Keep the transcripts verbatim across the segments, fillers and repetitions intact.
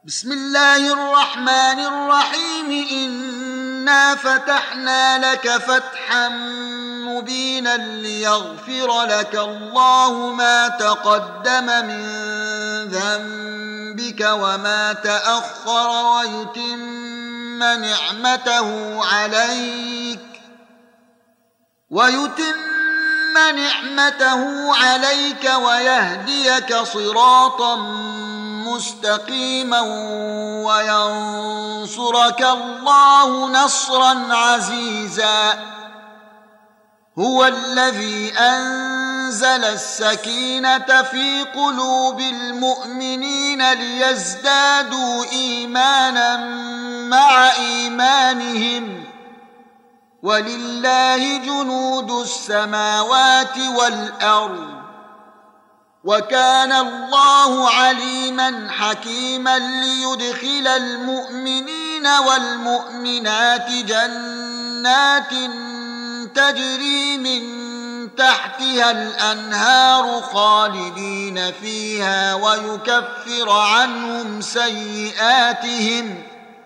بسم الله الرحمن الرحيم إنا فتحنا لك فتحا مبينا ليغفر لك الله ما تقدم من ذنبك وما تأخر ويتم نعمته عليك ويتم نعمته عليك ويهديك صراطا مستقيما وينصرك الله نصرا عزيزا. هو الذي أنزل السكينة في قلوب المؤمنين ليزدادوا إيمانا مع إيمانهم ولله جنود السماوات والأرض وكان الله عليما حكيما ليدخل المؤمنين والمؤمنات جنات تجري من تحتها الأنهار خالدين فيها ويكفر عنهم سيئاتهم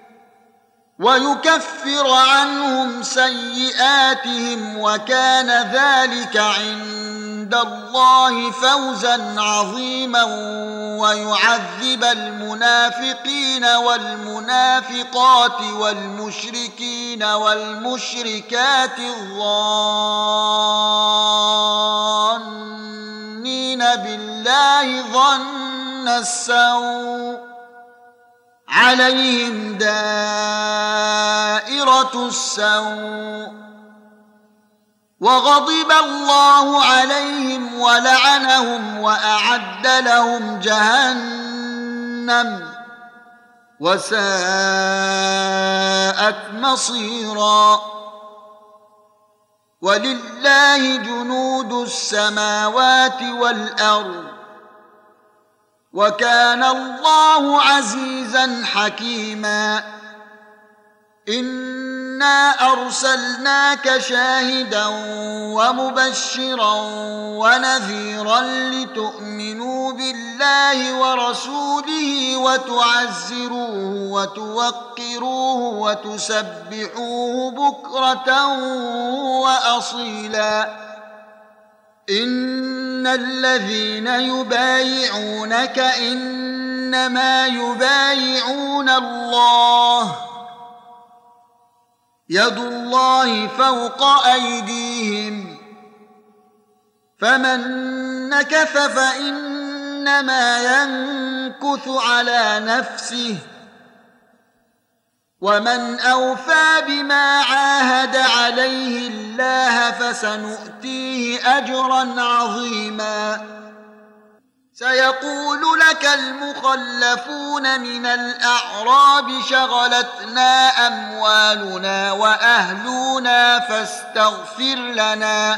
ويكفر عنهم سيئاتهم وكان ذلك عند الله فوزا عظيما ويعذب المنافقين والمنافقات والمشركين والمشركات الظانين بالله ظن السوء عليهم دائرة السوء وغضب الله عليهم ولعنهم وأعد لهم جهنم وساءت مصيرا. ولله جنود السماوات والأرض وكان الله عزيزا حكيما. إنا أرسلناك شاهدا ومبشرا ونذيرا لتؤمنوا بالله ورسوله وتعزروه وتوقروه وتسبحوه بكرة وأصيلا. إن الذين يبايعونك إنما يبايعون الله يد الله فوق أيديهم فمن نكث فإنما ينكث على نفسه ومن أوفى بما عاهد عليه الله فسنؤتيه أجرا عظيما. سيقول لك المخلفون من الأعراب شغلتنا أموالنا وأهلنا فاستغفر لنا.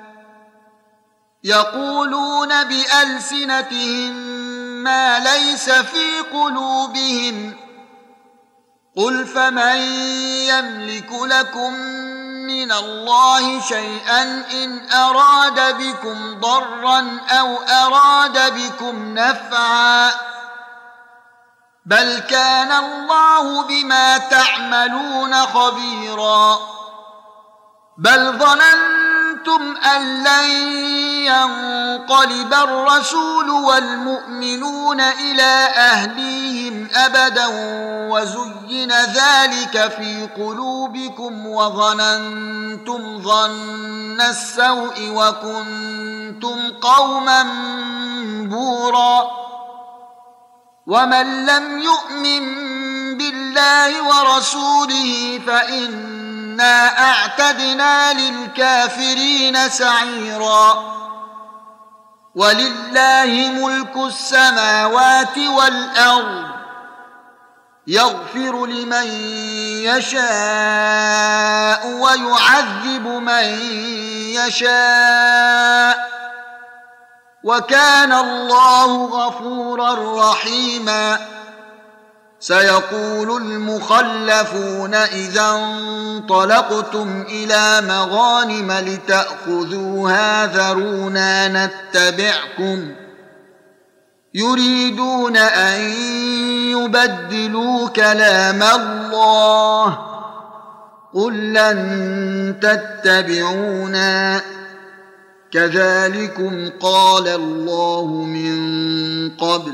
يقولون بألسنتهم ما ليس في قلوبهم قل فمن يملك لكم من الله شيئا إن أراد بكم ضرا أو أراد بكم نفعا بل كان الله بما تعملون خبيرا. بل ظننتم أن لن ينقلب الرسول والمؤمنون إلى أهليهم أبدا وزين ذلك في قلوبكم وظننتم ظن السوء وكنتم قوما بورا. ومن لم يؤمن بالله ورسوله فإنا أعتدنا للكافرين سعيرا. ولله ملك السماوات والأرض يغفر لمن يشاء ويعذب من يشاء وكان الله غفورا رحيما. سيقول المخلفون إذا انطلقتم إلى مغانم لتأخذوها ذرونا نتبعكم يريدون أن يبدلوا كلام الله قل لن تتبعونا كذلكم قال الله من قبل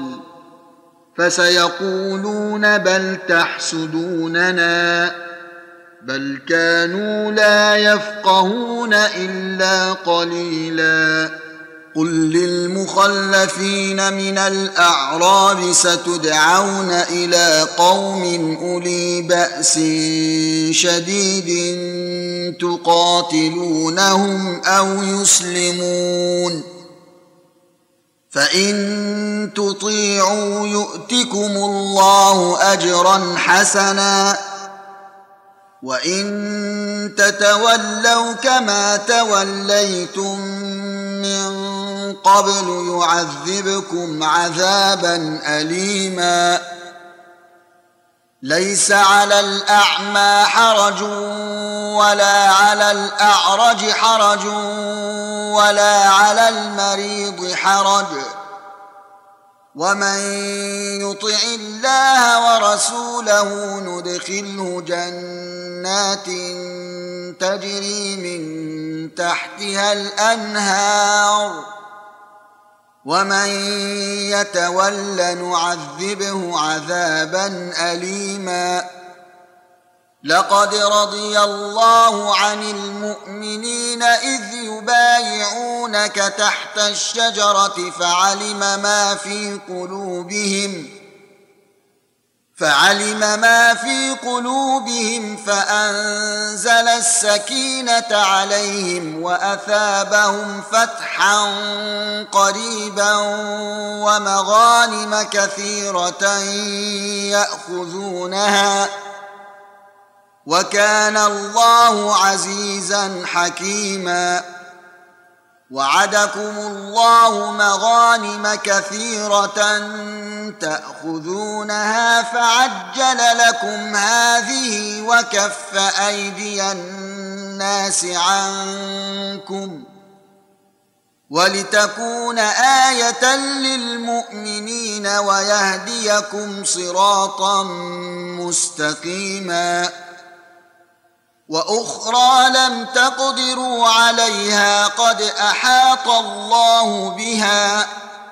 فسيقولون بل تحسدوننا بل كانوا لا يفقهون إلا قليلا قل للمخلفين من الأعراب ستدعون إلى قوم أولي بأس شديد تقاتلونهم أو يسلمون فإن تطيعوا يؤتكم الله أجرا حسنا وإن تتولوا كما توليتم من قبل يعذبكم عذابا أليما ليس على الأعمى حرج ولا على الأعرج حرج ولا على المريض حرج ومن يطع الله ورسوله ندخله جنات تجري من تحتها الأنهار ومن يتول نعذبه عذابا أليما لقد رضي الله عن المؤمنين إذ يبايعونك تحت الشجرة فعلم ما في قلوبهم فعلم ما في قلوبهم فأنزل السكينة عليهم وأثابهم فتحا قريبا ومغانم كثيرة يأخذونها وكان الله عزيزا حكيما وعدكم الله مغانم كثيرة تأخذونها فعجل لكم هذه وكف أيدي الناس عنكم ولتكون آية للمؤمنين ويهديكم صراطا مستقيما وأخرى لم تقدروا عليها قد أحاط الله بها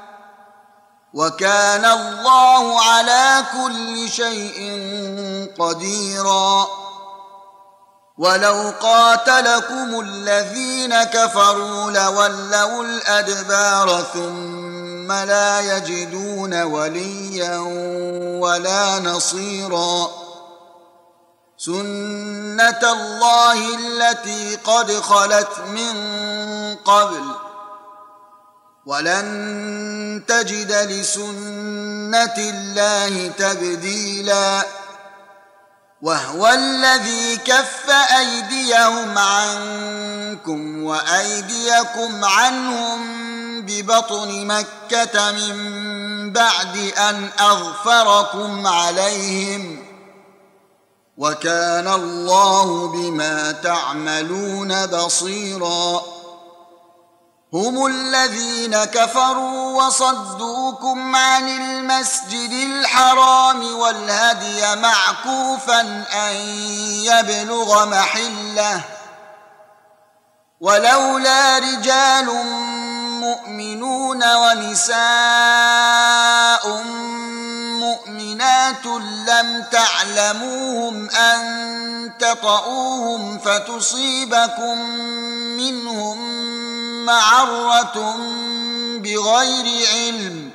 وكان الله على كل شيء قديرا ولو قاتلكم الذين كفروا لولوا الأدبار ثم لا يجدون وليا ولا نصيرا سنة الله التي قد خلت من قبل ولن تجد لسنة الله تبديلا وهو الذي كف أيديهم عنكم وأيديكم عنهم ببطن مكة من بعد أن أغفركم عليهم وكان الله بما تعملون بصيرا هم الذين كفروا وصدوكم عن المسجد الحرام والهدي معكوفا أن يبلغ محله ولولا رجال مؤمنون ونساء مؤمنات لم تعلموهم أن تطؤوهم فتصيبكم منهم معرة بغير علم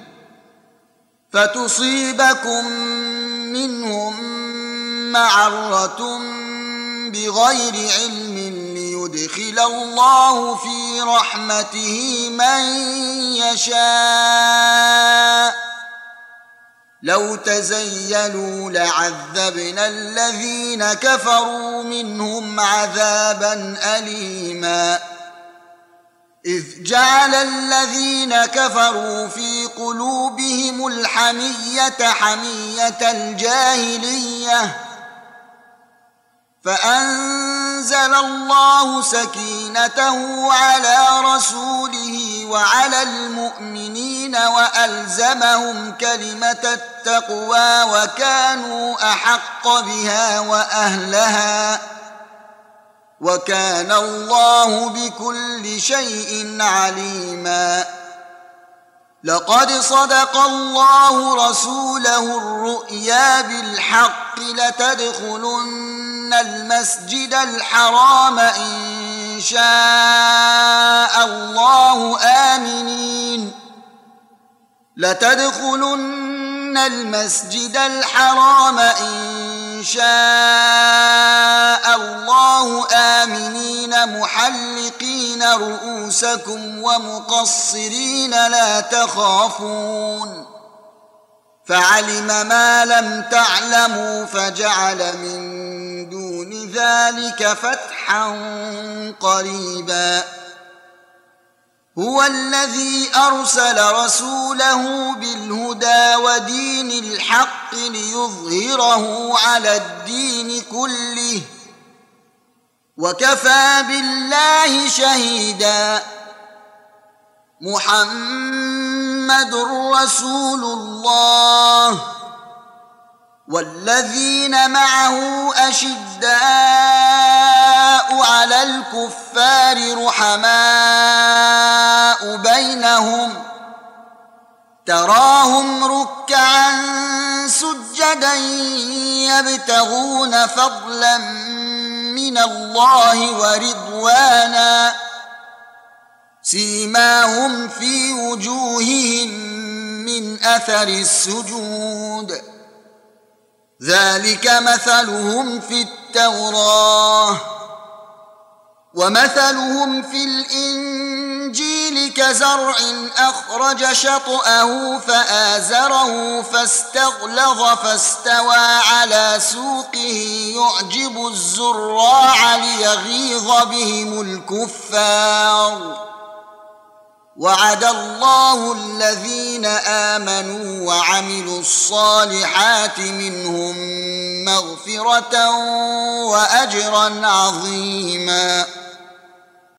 فتصيبكم منهم معرة بغير علم ليدخل الله في رحمته من يشاء لو تزيلوا لعذبنا الذين كفروا منهم عذابا أليما إذ جعل الذين كفروا في قلوبهم الحمية حمية الجاهلية فأنزل أنزل الله سكينته على رسوله وعلى المؤمنين وألزمهم كلمة التقوى وكانوا أحق بها وأهلها وكان الله بكل شيء عليما. لقد صدق الله رسوله الرؤيا بالحق لتدخلن المسجد الحرام إن شاء الله آمنين لتدخلن المسجد الحرام إن شاء الله آمنين محلقين رؤوسكم ومقصرين لا تخافون فعلم ما لم تعلموا فجعل من دون ذلك فتحا قريبا. هو الذي أرسل رسوله بالهدى ودين الحق ليظهره على الدين كله وكفى بالله شهيدا. محمد رسول الله والذين معه أشداء على الكفار رحماء بينهم تراهم ركعا سجدا يبتغون فضلا من الله ورضوانا سيماهم في وجوههم من أثر السجود ذلك مثلهم في التوراة ومثلهم في الإنجيل كزرع أخرج شطأه فآزره فاستغلظ فاستوى على سوقه يعجب الزراع ليغيظ بهم الكفار. وعد الله الذين آمنوا وعملوا الصالحات منهم مغفرة وأجرا عظيما.